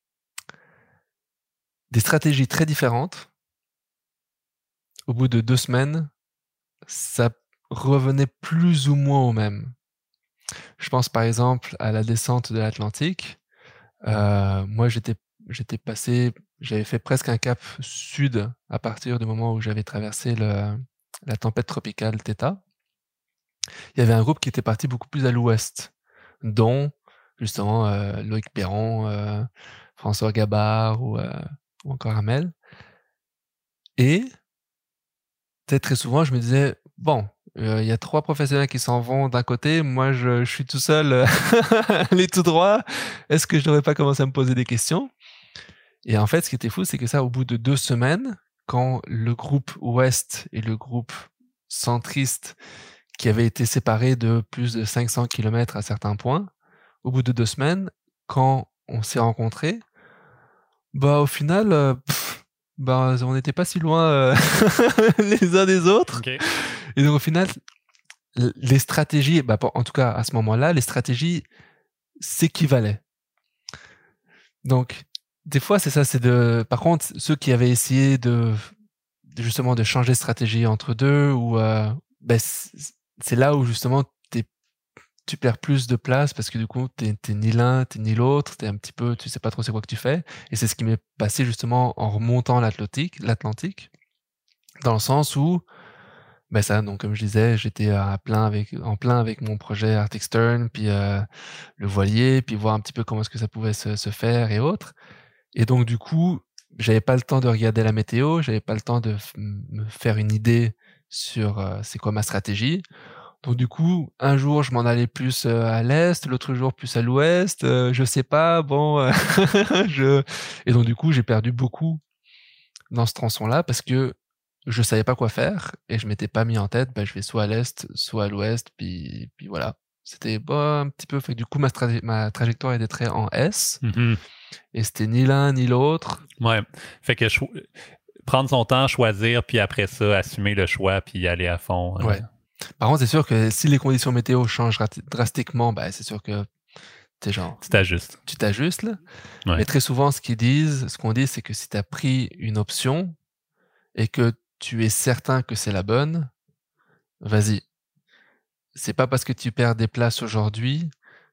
des stratégies très différentes, au bout de deux semaines, ça revenait plus ou moins au même. Je pense par exemple à la descente de l'Atlantique. Euh, moi, j'étais j'étais passé, j'avais fait presque un cap sud à partir du moment où j'avais traversé le, la tempête tropicale Theta. Il y avait un groupe qui était parti beaucoup plus à l'ouest, dont justement euh, Loïc Perron, euh, François Gabard ou, euh, ou encore Amel. Et très souvent, je me disais, bon, il euh, y a trois professionnels qui s'en vont d'un côté, moi je, je suis tout seul, aller tout droit, est-ce que je devrais pas commencer à me poser des questions? Et en fait, ce qui était fou, c'est que ça, au bout de deux semaines, quand le groupe ouest et le groupe centriste, qui avaient été séparés de plus de cinq cents kilomètres à certains points, au bout de deux semaines, quand on s'est rencontrés, bah au final, euh, pff, bah on n'était pas si loin euh, les uns des autres. Okay. Et donc au final, les stratégies, bah, en tout cas à ce moment-là, les stratégies s'équivalaient. Donc des fois c'est ça, c'est de. Par contre, ceux qui avaient essayé de, de justement de changer de stratégie entre deux, ou euh, bah, c'est là où justement t'es, tu perds plus de place parce que du coup t'es, t'es ni l'un, t'es ni l'autre, t'es un petit peu, tu sais pas trop c'est quoi que tu fais. Et c'est ce qui m'est passé justement en remontant l'Atlantique, l'Atlantique, dans le sens où ben ça, donc comme je disais, j'étais à plein avec, en plein avec mon projet Arctic Stern, puis euh, le voilier, puis voir un petit peu comment est-ce que ça pouvait se, se faire et autres. Et donc du coup, j'avais pas le temps de regarder la météo, j'avais pas le temps de f- me faire une idée sur euh, c'est quoi ma stratégie. Donc du coup, un jour je m'en allais plus euh, à l'est, l'autre jour plus à l'ouest, euh, je sais pas, bon, euh, je. Et donc du coup, j'ai perdu beaucoup dans ce tronçon-là parce que je savais pas quoi faire et je m'étais pas mis en tête, bah, je vais soit à l'est, soit à l'ouest, puis, puis voilà. C'était bah, un petit peu, fait que du coup, ma, tra- ma trajectoire était très en S, Mm-hmm. et c'était ni l'un ni l'autre. Ouais. Fait que cho- prendre son temps, choisir, puis après ça, assumer le choix, puis aller à fond. euh. Ouais. Par contre, c'est sûr que si les conditions météo changent rat- drastiquement, bah, c'est sûr que t'es genre, Tu t'ajustes. tu t'ajustes, là. Ouais. Mais très souvent, ce qu'ils disent, ce qu'on dit, c'est que si tu as pris une option et que tu es certain que c'est la bonne, vas-y. C'est pas parce que tu perds des places aujourd'hui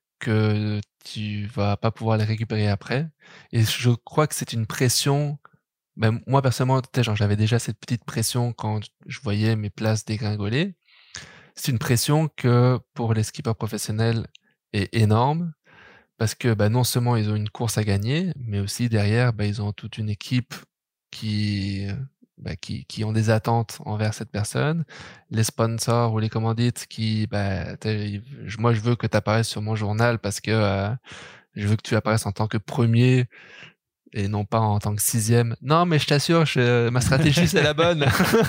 que tu vas pas pouvoir les récupérer après. Et je crois que c'est une pression. Ben, moi, personnellement, tu sais, genre, j'avais déjà cette petite pression quand je voyais mes places dégringoler. C'est une pression que, pour les skippers professionnels, est énorme. Parce que, ben, non seulement ils ont une course à gagner, mais aussi derrière, ben, ils ont toute une équipe qui, ben, qui, qui ont des attentes envers cette personne. Les sponsors ou les commandites qui, ben, moi, je veux que tu apparaisses sur mon journal parce que euh, je veux que tu apparaisses en tant que premier et non pas en tant que sixième. Non, mais je t'assure, je, ma stratégie, c'est la bonne.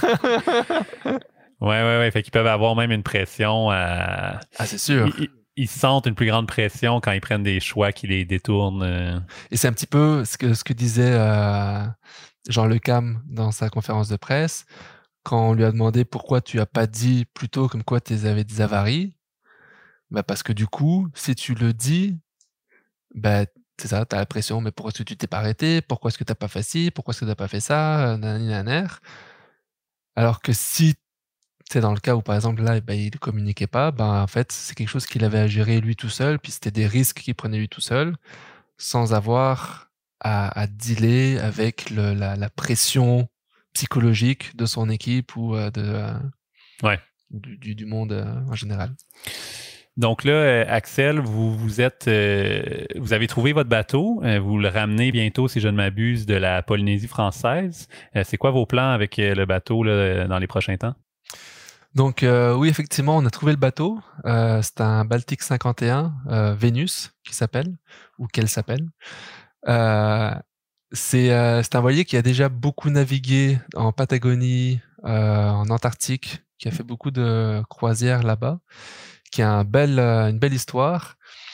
Ouais, ouais, ouais. Fait qu'ils peuvent avoir même une pression à. Ah, c'est sûr. Ils, ils sentent une plus grande pression quand ils prennent des choix qui les détournent. euh. Et c'est un petit peu ce que, ce que disait euh, Jean Le Cam dans sa conférence de presse, quand on lui a demandé pourquoi tu as pas dit plutôt comme quoi tu avais des avaries. Bah parce que du coup, si tu le dis, bah c'est ça, t'as la pression, mais pourquoi est-ce que tu t'es pas arrêté? Pourquoi est-ce que t'as pas fait ci? Pourquoi est-ce que t'as pas fait ça? Nanani, naner. Alors que si c'est dans le cas où par exemple là, bah, il communiquait pas, bah en fait c'est quelque chose qu'il avait à gérer lui tout seul, puis c'était des risques qu'il prenait lui tout seul, sans avoir à, à dealer avec le, la, la pression psychologique de son équipe ou euh, de euh, Ouais. du, du, du monde euh, en général. Donc là, euh, Axel, vous vous êtes, euh, vous avez trouvé votre bateau. Euh, vous le ramenez bientôt, si je ne m'abuse, de la Polynésie française. Euh, c'est quoi vos plans avec euh, le bateau là, dans les prochains temps? Donc euh, oui, effectivement, on a trouvé le bateau. Euh, c'est un Baltic cinquante et un, euh, Vénus, qui s'appelle, ou qu'elle s'appelle. Euh, c'est euh, c'est un voilier qui a déjà beaucoup navigué en Patagonie, euh, en Antarctique, qui a fait beaucoup de croisières là-bas, qui a un bel, euh, une belle histoire,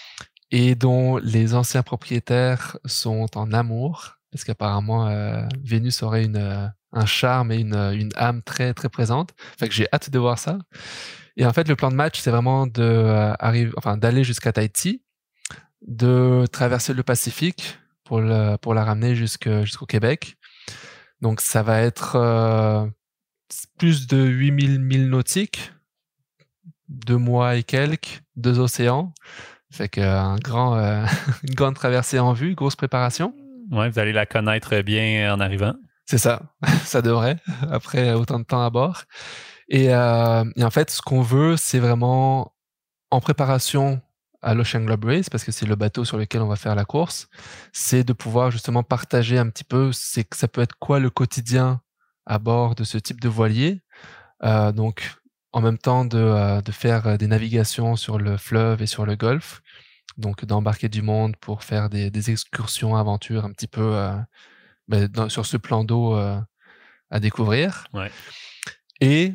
et dont les anciens propriétaires sont en amour, parce qu'apparemment euh, Vénus aurait une, euh, un charme et une, une âme très très présente. Fait que j'ai hâte de voir ça. Et en fait, le plan de match, c'est vraiment de euh, arriver, enfin d'aller jusqu'à Tahiti, de traverser le Pacifique pour le, pour la ramener jusque, jusqu'au Québec. Donc ça va être euh, plus de huit mille milles nautiques, deux mois et quelques, deux océans. Fait que un grand, euh, une grande traversée en vue, grosse préparation. Ouais, vous allez la connaître bien en arrivant. C'est ça, ça devrait, après autant de temps à bord. Et, euh, et en fait, ce qu'on veut, c'est vraiment en préparation à l'Ocean Globe Race, parce que c'est le bateau sur lequel on va faire la course, c'est de pouvoir justement partager un petit peu, c'est que ça peut être quoi le quotidien à bord de ce type de voilier. Euh, donc, en même temps de, euh, de faire des navigations sur le fleuve et sur le golfe, donc d'embarquer du monde pour faire des, des excursions, aventures un petit peu euh, ben, dans, sur ce plan d'eau euh, à découvrir. Ouais. Et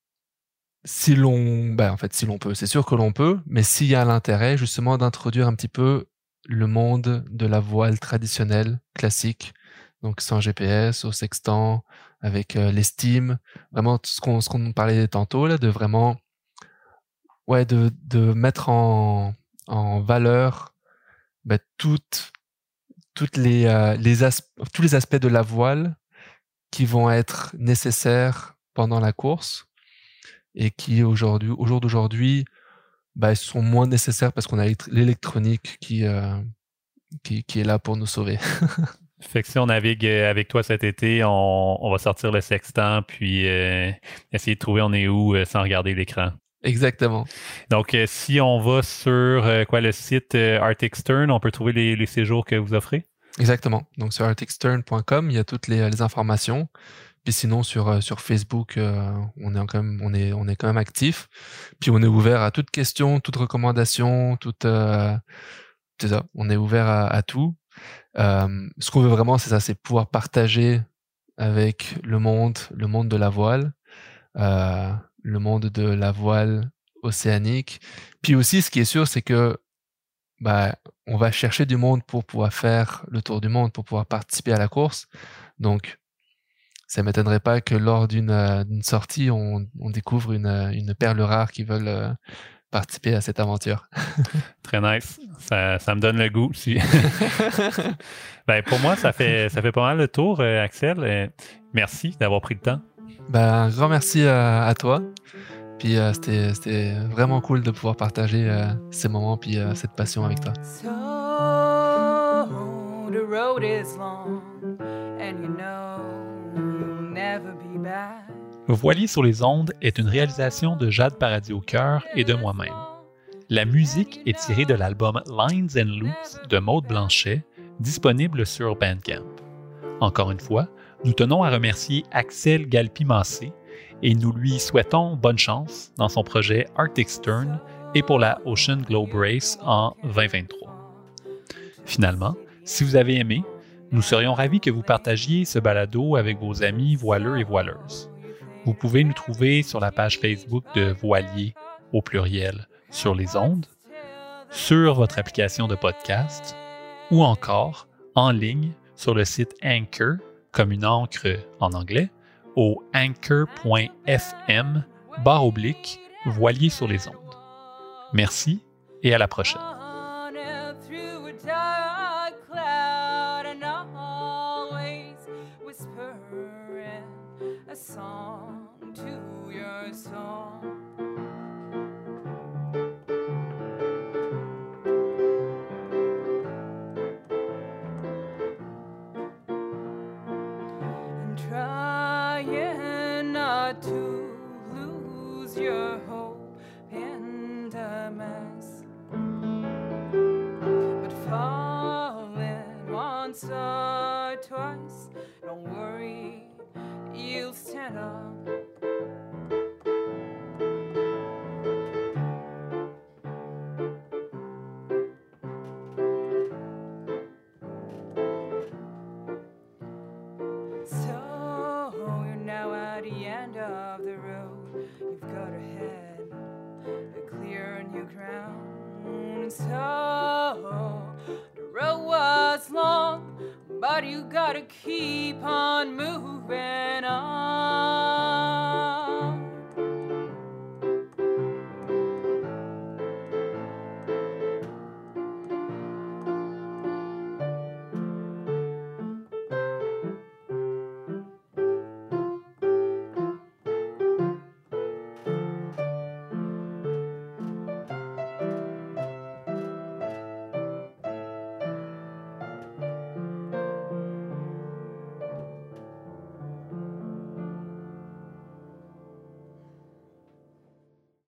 si l'on, ben en fait, si l'on peut, c'est sûr que l'on peut, mais s'il y a l'intérêt justement d'introduire un petit peu le monde de la voile traditionnelle, classique, donc sans G P S, au sextant, avec euh, les steams, vraiment tout ce qu'on ce qu'on parlait tantôt là, de vraiment, ouais, de de mettre en en valeur ben, toutes toutes les euh, les as- tous les aspects de la voile qui vont être nécessaires pendant la course et qui aujourd'hui, au jour d'aujourd'hui, bah, sont moins nécessaires parce qu'on a l'électronique qui, euh, qui, qui est là pour nous sauver. Fait que si on navigue avec toi cet été, on, on va sortir le sextant puis euh, essayer de trouver on est où euh, sans regarder l'écran. Exactement. Donc, euh, si on va sur euh, quoi le site euh, Arctic Stern, on peut trouver les, les séjours que vous offrez? Exactement. Donc sur arctic stern point com, il y a toutes les, les informations. Puis sinon sur euh, sur Facebook, euh, on est quand même on est on est quand même actif. Puis on est ouvert à toute question, toute recommandation, toute euh, c'est ça. On est ouvert à, à tout. Euh, ce qu'on veut vraiment, c'est ça, c'est pouvoir partager avec le monde, le monde de la voile, euh, le monde de la voile océanique. Puis aussi, ce qui est sûr, c'est que bah, on va chercher du monde pour pouvoir faire le tour du monde, pour pouvoir participer à la course. Donc, ça m'étonnerait pas que lors d'une euh, d'une sortie, on, on découvre une, une perle rare qui veulent euh, participer à cette aventure. Très nice. Ça, ça me donne le goût aussi. Ben, pour moi, ça fait, ça fait pas mal le tour, euh, Axel. Euh, merci d'avoir pris le temps. Ben, un grand merci à, à toi. Puis euh, c'était, c'était vraiment cool de pouvoir partager euh, ces moments puis euh, cette passion avec toi. So the road is long and you know you'll never be back. Voilier sur les ondes est une réalisation de Jade Paradis au cœur et de moi-même. La musique est tirée de l'album Lines and Loops de Maude Blanchet, disponible sur Bandcamp. Encore une fois, nous tenons à remercier Axel Galpi-Massé et nous lui souhaitons bonne chance dans son projet Arctic Stern et pour la Ocean Globe Race en vingt vingt-trois. Finalement, si vous avez aimé, nous serions ravis que vous partagiez ce balado avec vos amis voileux et voileuses. Vous pouvez nous trouver sur la page Facebook de Voilier au pluriel sur les ondes, sur votre application de podcast ou encore en ligne sur le site Anchor, comme une encre en anglais, au anchor.fm barre oblique voilier sur les ondes. Merci et à la prochaine. Trying not to lose your hope in the mess, but falling once or twice, don't worry, you'll stand up. So you're now at the end of the road. You've got a head, a clear new ground. And so the road was long, but you gotta keep on moving on.